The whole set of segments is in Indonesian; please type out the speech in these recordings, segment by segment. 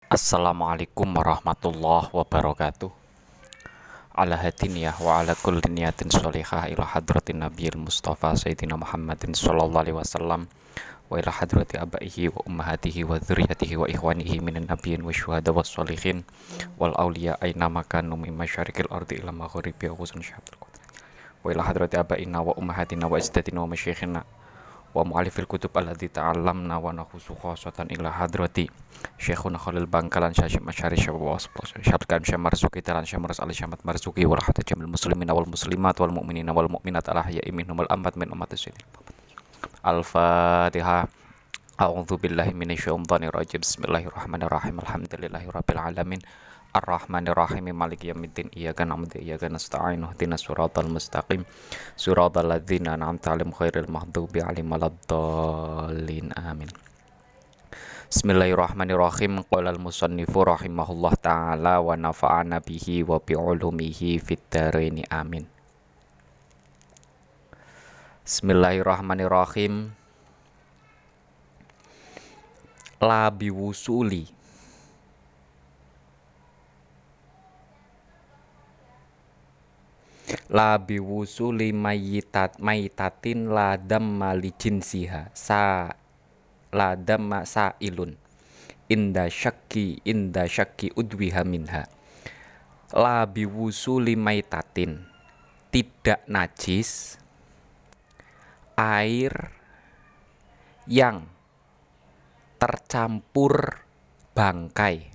Assalamualaikum warahmatullahi wabarakatuh. Ala hadiniyah wa ala kulli niyatin sholihah ila hadratin nabiyil mustafa sayyidina Muhammadin sallallahu alaihi wasallam wa ila hadrati abaihi wa ummahatihi wa dzurriyyatihi wa ikhwanihi minan nabiyyin wa syuhada was sholihin wal auliya aina makanu min masyariqil ardi ila maghribi khusun syahatul qadr wa ila hadrati abaina wa ummahatina wa ajdatina wa masyayikhina wa mu'alifil kutub alladzi ta'allamna wa nakhusu khosatan ila hadrati Syekhuna Khalil Bangkalan Syekh Masyari Syabkan Syekh Marzuki Talan Syekh Maras Ali Syahmat Marzuki wal hatta jamil muslimina wal muslimat wal mu'minina wal mu'minat al ahya'i minhum wal amwat min ummatis sayyidil Al-Fatihah. A'udzu billahi minasyaitonir rajim. Bismillahirrahmanirrahim. Alhamdulillahirabbil alamin. Ar-Rahmanir-Rahim. Maliki yaumiddin. Iyyaka na'budu wa iyyaka nasta'in. Ihdinas siratal mustaqim. Siratal ladzina an'amta 'alaihim ghairil maghdubi 'alaihim waladdallin. Amin. Bismillahirrahmanirrahim. Qala al-musannifu rahimahullah ta'ala wa nafa'ana bihi wa bi 'ulumihi fid dharain. Amin. Bismillahirrahmanirrahim. La biwusuli maitatin la damma li jinsiha sa la damma sailun inda syakki udwiha minha. La biwusuli maitatin, tidak najis air yang tercampur bangkai.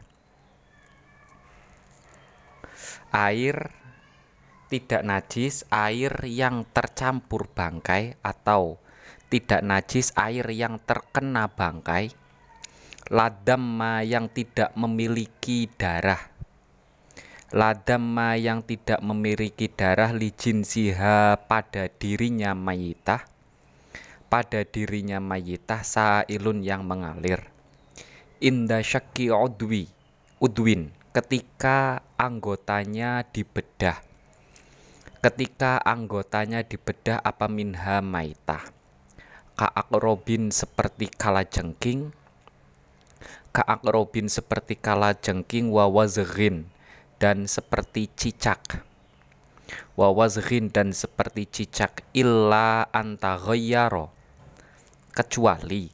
Tidak najis air yang tercampur bangkai atau tidak najis air yang terkena bangkai. Ladamma yang tidak memiliki darah. Ladamma yang tidak memiliki darah lijinsiha pada dirinya mayitah. Pada dirinya mayitah sailun yang mengalir. Inda syakki udwin ketika anggotanya dibedah. Ketika anggotanya dibedah apa minha maitah. Ka'akrobin seperti kalajengking. Ka'akrobin seperti kalajengking wa wazghin dan seperti cicak. Wa wazghin dan seperti cicak illa antaghayyara kecuali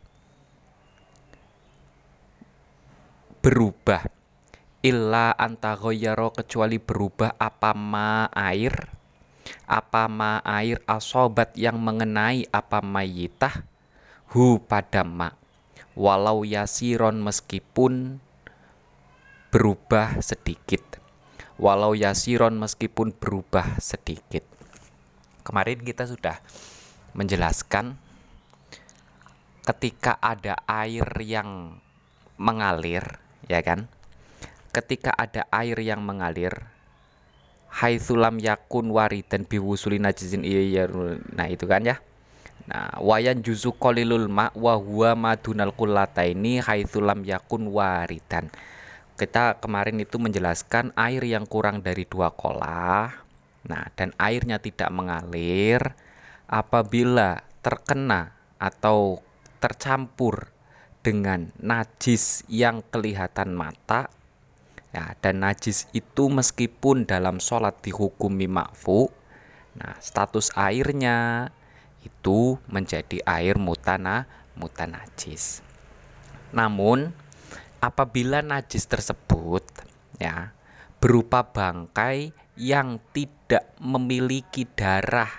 berubah. Illa antaghayyara kecuali berubah apa ma air asobat yang mengenai apa mayitah hu pada ma walau yasiron meskipun berubah sedikit. Walau yasiron meskipun berubah sedikit. Kemarin kita sudah menjelaskan ketika ada air yang mengalir, ya kan? Ketika ada air yang mengalir, haitsulam yakun waridan biwusuli najisin iya. Nah, itu kan ya. Nah, wayan juzu qalilul ma wa huwa madunal qullataini haitsulam yakun waridan. Kita kemarin itu menjelaskan air yang kurang dari 2 kolah. Nah, dan airnya tidak mengalir apabila terkena atau tercampur dengan najis yang kelihatan mata. Ya, dan najis itu meskipun dalam sholat dihukumi ma'fu, nah status airnya itu menjadi air mutanajis. Namun apabila najis tersebut ya berupa bangkai yang tidak memiliki darah.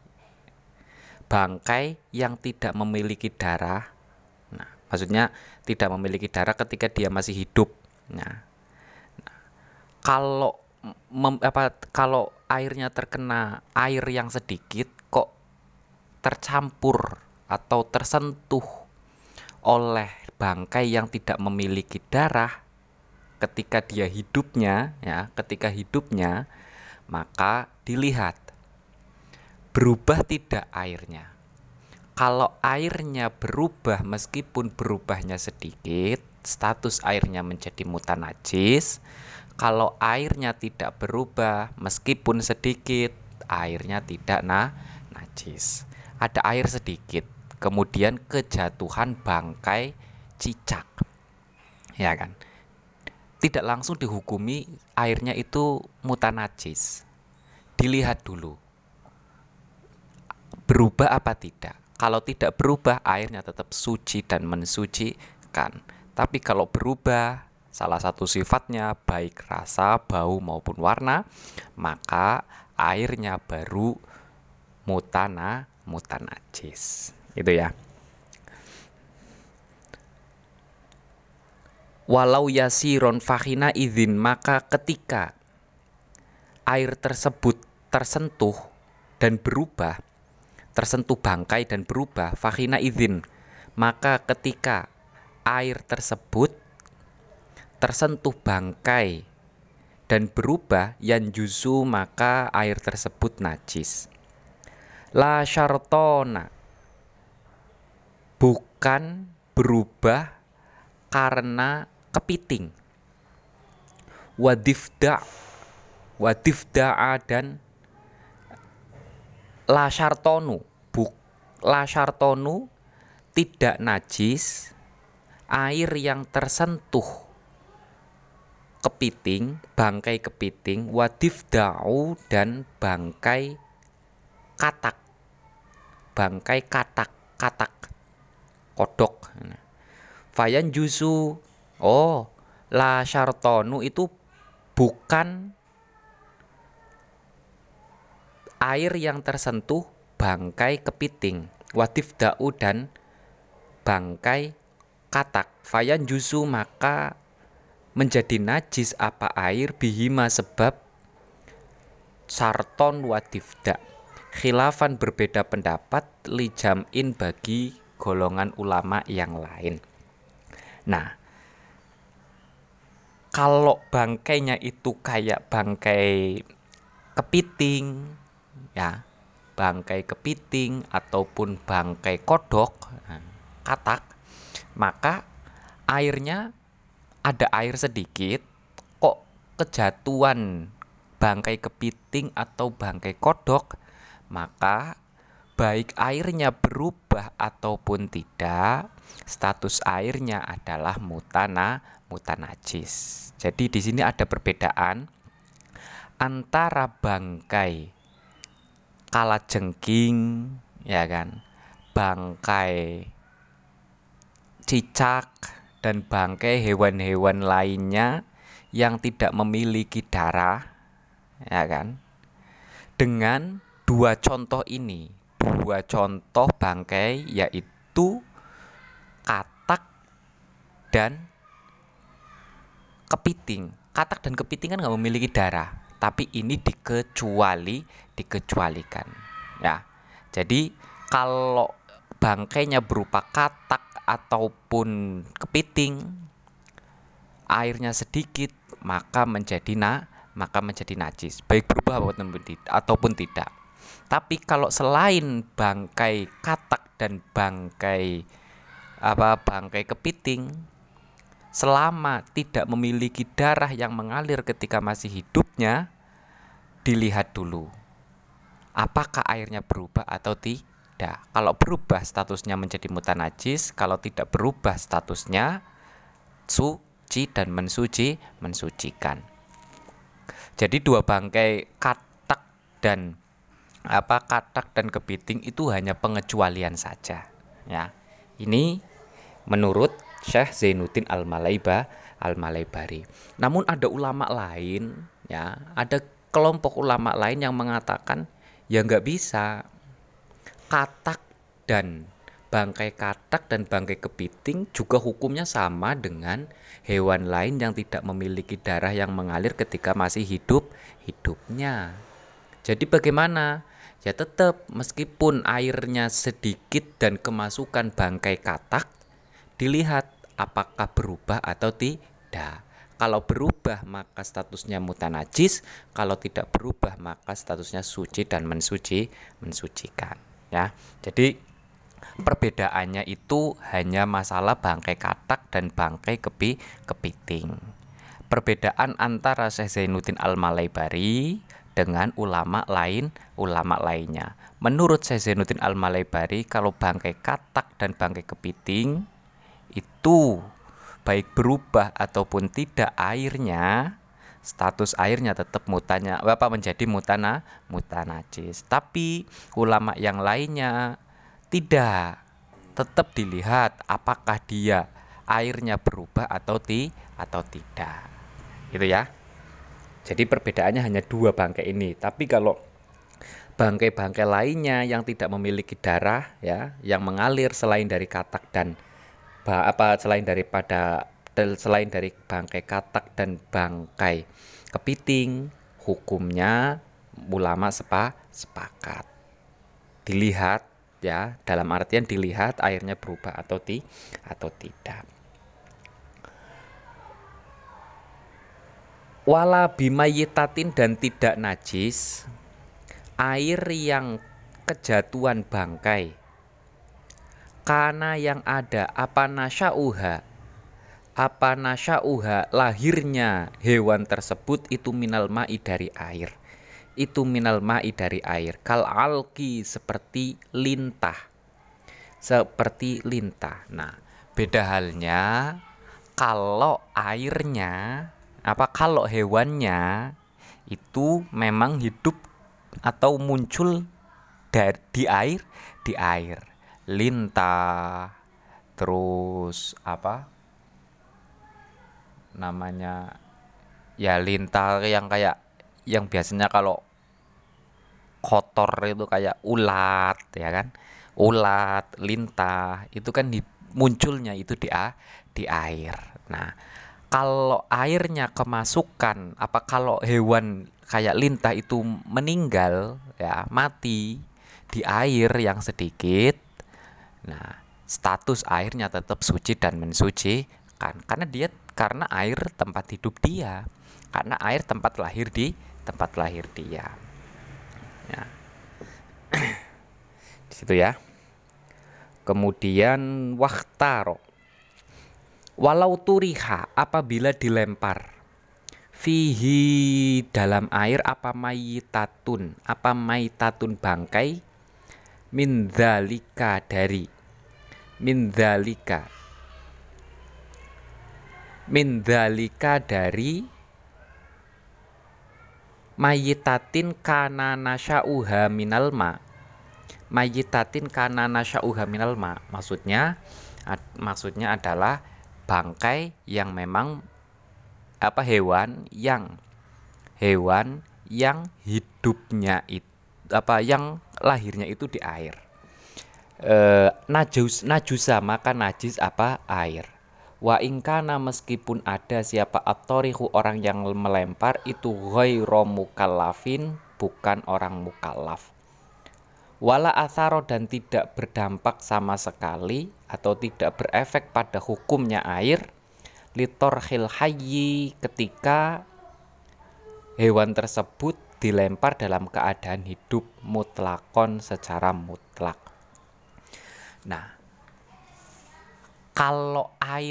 Bangkai yang tidak memiliki darah. Nah, maksudnya tidak memiliki darah ketika dia masih hidup. Nah, kalau airnya terkena air yang sedikit kok tercampur atau tersentuh oleh bangkai yang tidak memiliki darah ketika hidupnya, maka dilihat berubah tidak airnya. Kalau airnya berubah meskipun berubahnya sedikit, status airnya menjadi mutanajis. Kalau airnya tidak berubah meskipun sedikit, airnya tidak najis. Ada air sedikit, kemudian kejatuhan bangkai cicak, ya kan? tidak langsung dihukumi airnya itu mutanajis. Dilihat dulu berubah apa tidak. Kalau tidak berubah, airnya tetap suci dan mensucikan. Tapi kalau berubah salah satu sifatnya, baik rasa, bau maupun warna, maka airnya baru mutanajis. Itu ya. Walau yasiron fahina izin, maka ketika air tersebut tersentuh dan berubah, tersentuh bangkai dan berubah, fahina izin, maka ketika air tersebut tersentuh bangkai dan berubah, yanjuzu, maka air tersebut najis. La syartona, bukan berubah karena kepiting. Wadifda'a dan la syartonu, la syartonu, tidak najis air yang tersentuh kepiting, bangkai kepiting, wadifda'u, dan bangkai katak, kodok. Fayan jusu, la syartonu itu bukan air yang tersentuh bangkai kepiting, wadifda'u, dan bangkai katak. Fayan jusu, maka menjadi najis apa air, bihima, sebab sarton wadifda. Khilafan, berbeda pendapat, lijam'in, bagi golongan ulama yang lain. Nah, kalau bangkainya itu kayak bangkai kepiting, ya, bangkai kepiting ataupun bangkai kodok, katak, maka airnya ada air sedikit, kok kejatuhan bangkai kepiting atau bangkai kodok, maka baik airnya berubah ataupun tidak, status airnya adalah mutanajis. Jadi di sini ada perbedaan antara bangkai kalajengking, ya kan, bangkai cicak, dan bangkai hewan-hewan lainnya yang tidak memiliki darah, ya kan, dengan dua contoh ini. Dua contoh bangkai yaitu katak dan kepiting. Katak dan kepiting kan nggak memiliki darah, tapi ini dikecualikan. Ya, jadi kalau bangkainya berupa katak ataupun kepiting, airnya sedikit, maka menjadi najis, baik berubah ataupun tidak. Tapi kalau selain bangkai katak dan bangkai kepiting, selama tidak memiliki darah yang mengalir ketika masih hidupnya, dilihat dulu apakah airnya berubah atau tidak. Kalau berubah, statusnya menjadi mutanajis. Kalau tidak berubah, statusnya suci dan mensucikan. Jadi dua bangkai katak dan kepiting itu hanya pengecualian saja, ya. Ini menurut Syekh Zainuddin Al-Malaibari. Namun ada ulama lain, ya, ada kelompok ulama lain yang mengatakan ya nggak bisa. Bangkai katak dan bangkai kepiting juga hukumnya sama dengan hewan lain yang tidak memiliki darah yang mengalir ketika masih hidupnya. Jadi bagaimana? Ya tetap, meskipun airnya sedikit dan kemasukan bangkai katak, dilihat apakah berubah atau tidak. Kalau berubah maka statusnya mutanajis, kalau tidak berubah maka statusnya suci dan mensucikan, ya. Jadi perbedaannya itu hanya masalah bangkai katak dan bangkai kepiting. Perbedaan antara Syekh Zainuddin Al-Malaibari dengan ulama lainnya. Menurut Syekh Zainuddin Al-Malaibari, kalau bangkai katak dan bangkai kepiting itu baik berubah ataupun tidak airnya, status airnya tetap menjadi mutanajis. Tapi ulama yang lainnya tidak, tetap dilihat apakah dia airnya berubah atau tidak. Gitu ya. Jadi perbedaannya hanya dua bangkai ini. Tapi kalau bangkai-bangkai lainnya yang tidak memiliki darah ya, yang mengalir selain dari katak dan selain dari bangkai katak dan bangkai kepiting, hukumnya ulama sepakat. Dilihat ya, dalam artian dilihat airnya berubah atau tidak. Wala bimayitatin, dan tidak najis air yang kejatuhan bangkai, karena yang ada apa nasya'uha lahirnya hewan tersebut itu minal ma'i dari air. Itu minal ma'i dari air. Kal alqi, seperti lintah. Nah, beda halnya kalau airnya kalau hewannya itu memang hidup atau muncul di air. Lintah, terus namanya ya, lintah yang biasanya kalau kotor itu kayak ulat ya kan, lintah itu kan munculnya itu di air. Nah, kalau airnya kemasukan kalau hewan kayak lintah itu meninggal ya, mati di air yang sedikit, nah status airnya tetap suci dan mensucikan, karena air tempat hidup dia, karena air tempat lahir dia ya. Di situ ya. Kemudian waktaro, walau turiha, apabila dilempar, fihi, dalam air, mayitatun bangkai, min dzalika dari mayitatin kana nasya'uha minal ma. Mayitatin kana nasya'uha minal ma, maksudnya adalah bangkai yang memang hewan yang hidupnya itu yang lahirnya itu di air. Najusa, maka najis air. Wa ingkana, meskipun ada siapa at-tarihu, orang yang melempar itu ghairu mukallafin, bukan orang mukallaf. Wala atharo, dan tidak berdampak sama sekali atau tidak berefek pada hukumnya air, litorhil hayyi, ketika hewan tersebut dilempar dalam keadaan hidup, mutlakon, secara mutlak. Nah, kalau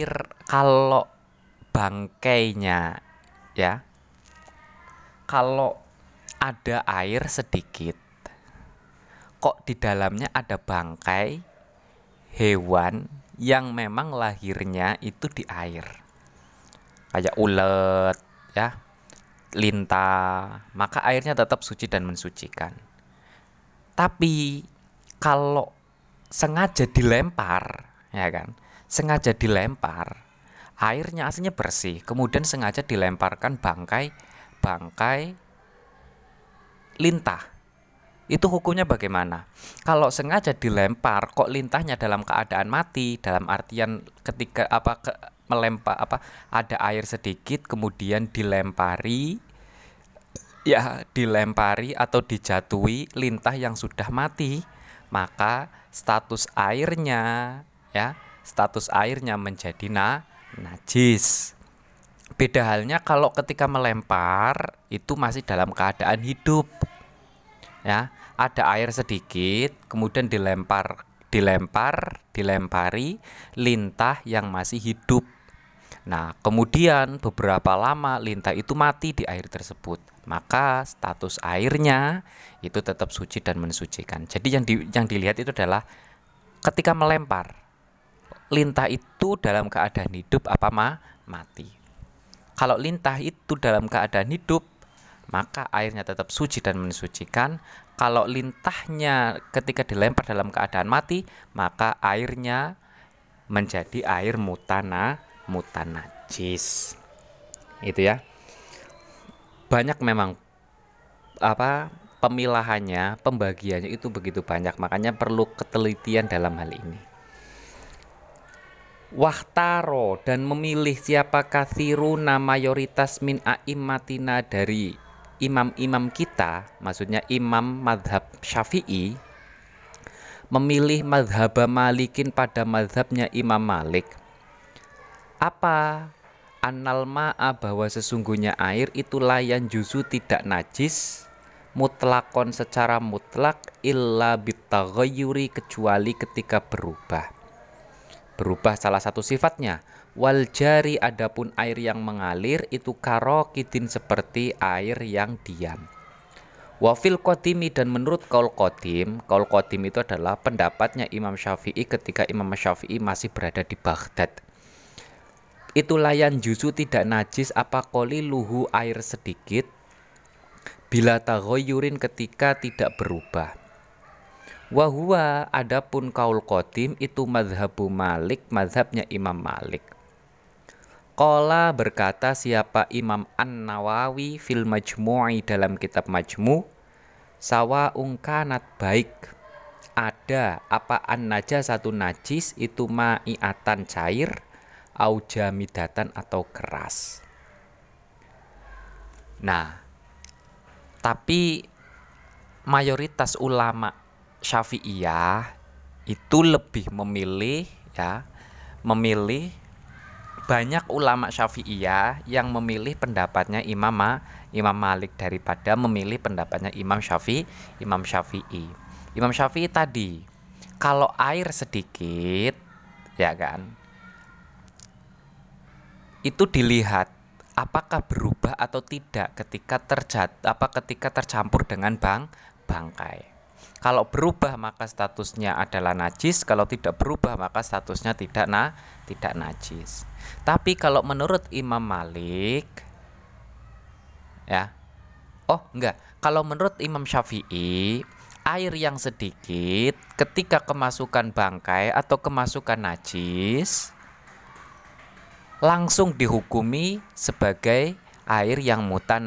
bangkainya ya, kalau ada air sedikit, kok di dalamnya ada bangkai hewan yang memang lahirnya itu di air, kayak ulet ya, lintah, maka airnya tetap suci dan mensucikan. Tapi kalau sengaja dilempar ya kan, airnya aslinya bersih, kemudian sengaja dilemparkan bangkai lintah, itu hukumnya bagaimana? Kalau sengaja dilempar kok lintahnya dalam keadaan mati, dalam artian ketika melempar ada air sedikit kemudian dilempari atau dijatuhi lintah yang sudah mati, maka status airnya menjadi najis. Beda halnya kalau ketika melempar itu masih dalam keadaan hidup ya, ada air sedikit kemudian dilempari lintah yang masih hidup. Nah, kemudian beberapa lama lintah itu mati di air tersebut, maka status airnya itu tetap suci dan mensucikan. Jadi yang dilihat itu adalah ketika melempar lintah itu dalam keadaan hidup apa mati. Kalau lintah itu dalam keadaan hidup, maka airnya tetap suci dan mensucikan. Kalau lintahnya ketika dilempar dalam keadaan mati, maka airnya menjadi air mutanajis. Itu ya. Banyak memang pemilahannya, pembagiannya itu begitu banyak, makanya perlu ketelitian dalam hal ini. Wahtaro, dan memilih siapa kathiruna mayoritas min a'immatina dari imam-imam kita, maksudnya imam madhab Syafi'i, memilih madhab Malikin pada madhabnya Imam Malik. Apa? Annal ma'a, bahwa sesungguhnya air itu layan juzu tidak najis mutlakon secara mutlak illa bitaghayyuri, kecuali ketika berubah salah satu sifatnya. Wal jari, adapun air yang mengalir itu karokidin, seperti air yang diam. Wafil qadimi, dan menurut kaul qadim itu adalah pendapatnya Imam Syafi'i ketika Imam Syafi'i masih berada di Baghdad. Itu layan juzu tidak najis apa qaliluhu, air sedikit, bila taghayyurin, ketika tidak berubah. Wahuwa, adapun kaul qadim itu madhabu Malik, madhabnya Imam Malik. Qala, berkata siapa Imam An-Nawawi fil Majmu'i, dalam kitab Majmu', sawa ungkanat, baik ada apa an-najasatu najis itu ma'iatan, cair, au jamidatan, atau keras. Nah, tapi mayoritas ulama Syafi'iyah itu lebih memilih banyak ulama Syafi'iyah yang memilih pendapatnya Imam Malik daripada memilih pendapatnya Imam Syafi'i. Imam Syafi'i tadi, kalau air sedikit, ya kan, itu dilihat apakah berubah atau tidak ketika tercampur dengan bangkai. Kalau berubah maka statusnya adalah najis, kalau tidak berubah maka statusnya tidak najis. Tapi kalau menurut Imam Malik, ya, kalau menurut Imam Syafi'i, air yang sedikit ketika kemasukan bangkai atau kemasukan najis langsung dihukumi sebagai air yang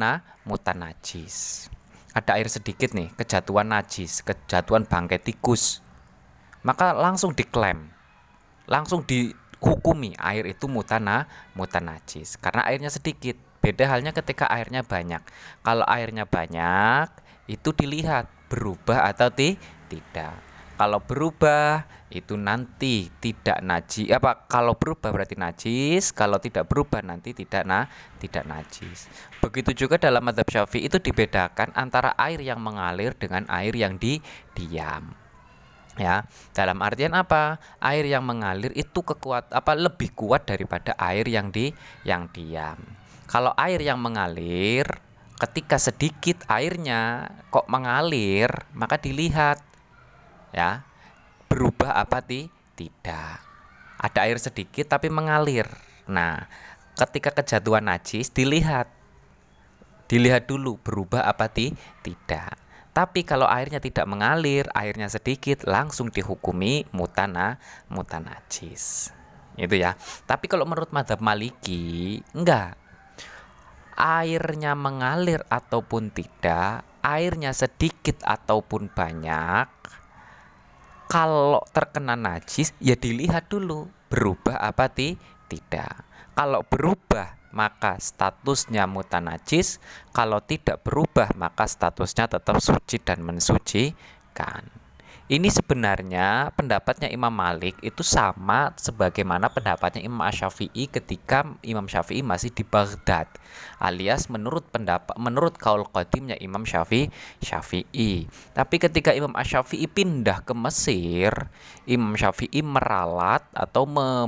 mutanajis. Ada air sedikit nih, kejatuhan najis, kejatuhan bangkai tikus, maka langsung diklaim, langsung dihukumi air itu mutanajis karena airnya sedikit. Beda halnya ketika airnya banyak. Kalau airnya banyak, itu dilihat berubah atau tidak. Kalau berubah itu nanti tidak najis. Kalau berubah berarti najis, kalau tidak berubah nanti tidak najis. Begitu juga dalam mazhab Syafi'i itu dibedakan antara air yang mengalir dengan air yang diam. Ya, dalam artian apa? Air yang mengalir itu lebih kuat daripada air yang diam. Kalau air yang mengalir, ketika sedikit airnya kok mengalir, maka dilihat, ya, berubah apa tidak. Ada air sedikit tapi mengalir. Nah, ketika kejatuhan najis dilihat dulu berubah apa tidak. Tapi kalau airnya tidak mengalir, airnya sedikit, langsung dihukumi mutanajis. Itu ya. Tapi kalau menurut mazhab Maliki, enggak. Airnya mengalir ataupun tidak, airnya sedikit ataupun banyak, kalau terkena najis ya dilihat dulu berubah apa tidak. Kalau berubah maka statusnya mutanajis, kalau tidak berubah maka statusnya tetap suci dan mensucikan. Ini sebenarnya pendapatnya Imam Malik itu sama sebagaimana pendapatnya Imam Asy-Syafi'i ketika Imam Syafi'i masih di Baghdad, alias menurut kaul qadimnya Imam Syafi'i. Tapi ketika Imam Asy-Syafi'i pindah ke Mesir, Imam Syafi'i meralat atau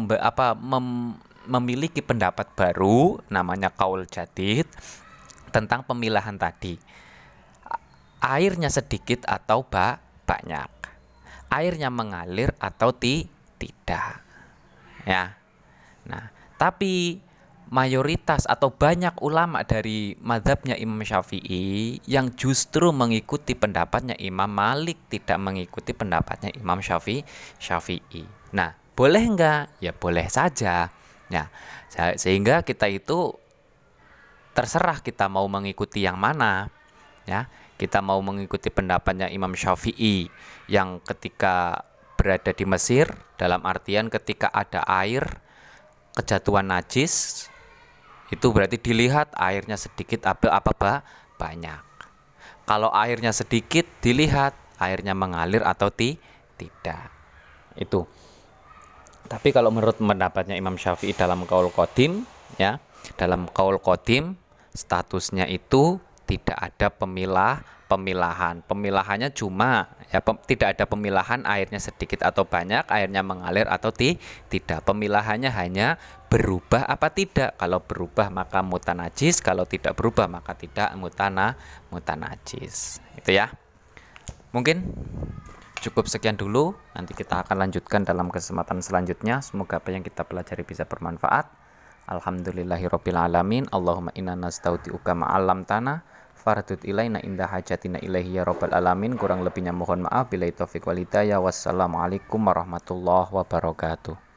memiliki pendapat baru namanya kaul jadid tentang pemilahan tadi. Airnya sedikit atau banyak, airnya mengalir atau tidak. ya. Nah, tapi mayoritas atau banyak ulama dari mazhabnya Imam Syafi'i yang justru mengikuti pendapatnya Imam Malik, tidak mengikuti pendapatnya Imam Syafi'i. Nah, boleh enggak? Ya boleh saja. Ya, sehingga kita itu terserah kita mau mengikuti yang mana. Ya, kita mau mengikuti pendapatnya Imam Syafi'i yang ketika berada di Mesir, dalam artian ketika ada air kejatuhan najis, itu berarti dilihat airnya sedikit apa banyak. Kalau airnya sedikit dilihat airnya mengalir atau tidak. Itu. Tapi kalau menurut pendapatnya Imam Syafi'i dalam Qaul Qadim, ya, dalam Qaul Qadim statusnya itu tidak ada pemilahan. Pemilahannya cuma ya tidak ada pemilahan airnya sedikit atau banyak, airnya mengalir atau tidak. Pemilahannya hanya berubah apa tidak. Kalau berubah maka mutanajis, kalau tidak berubah maka tidak mutanajis. Itu ya. Mungkin cukup sekian dulu. Nanti kita akan lanjutkan dalam kesempatan selanjutnya. Semoga apa yang kita pelajari bisa bermanfaat. Alhamdulillahirabbil alamin. Allahumma inna nastaudiuka ma'allamtana fardut ilaina inda hajatina ilaihi ya rabbal alamin. Kurang lebihnya mohon maaf. Billahi taufiq wal hidayah. Wassalamualaikum warahmatullahi wabarakatuh.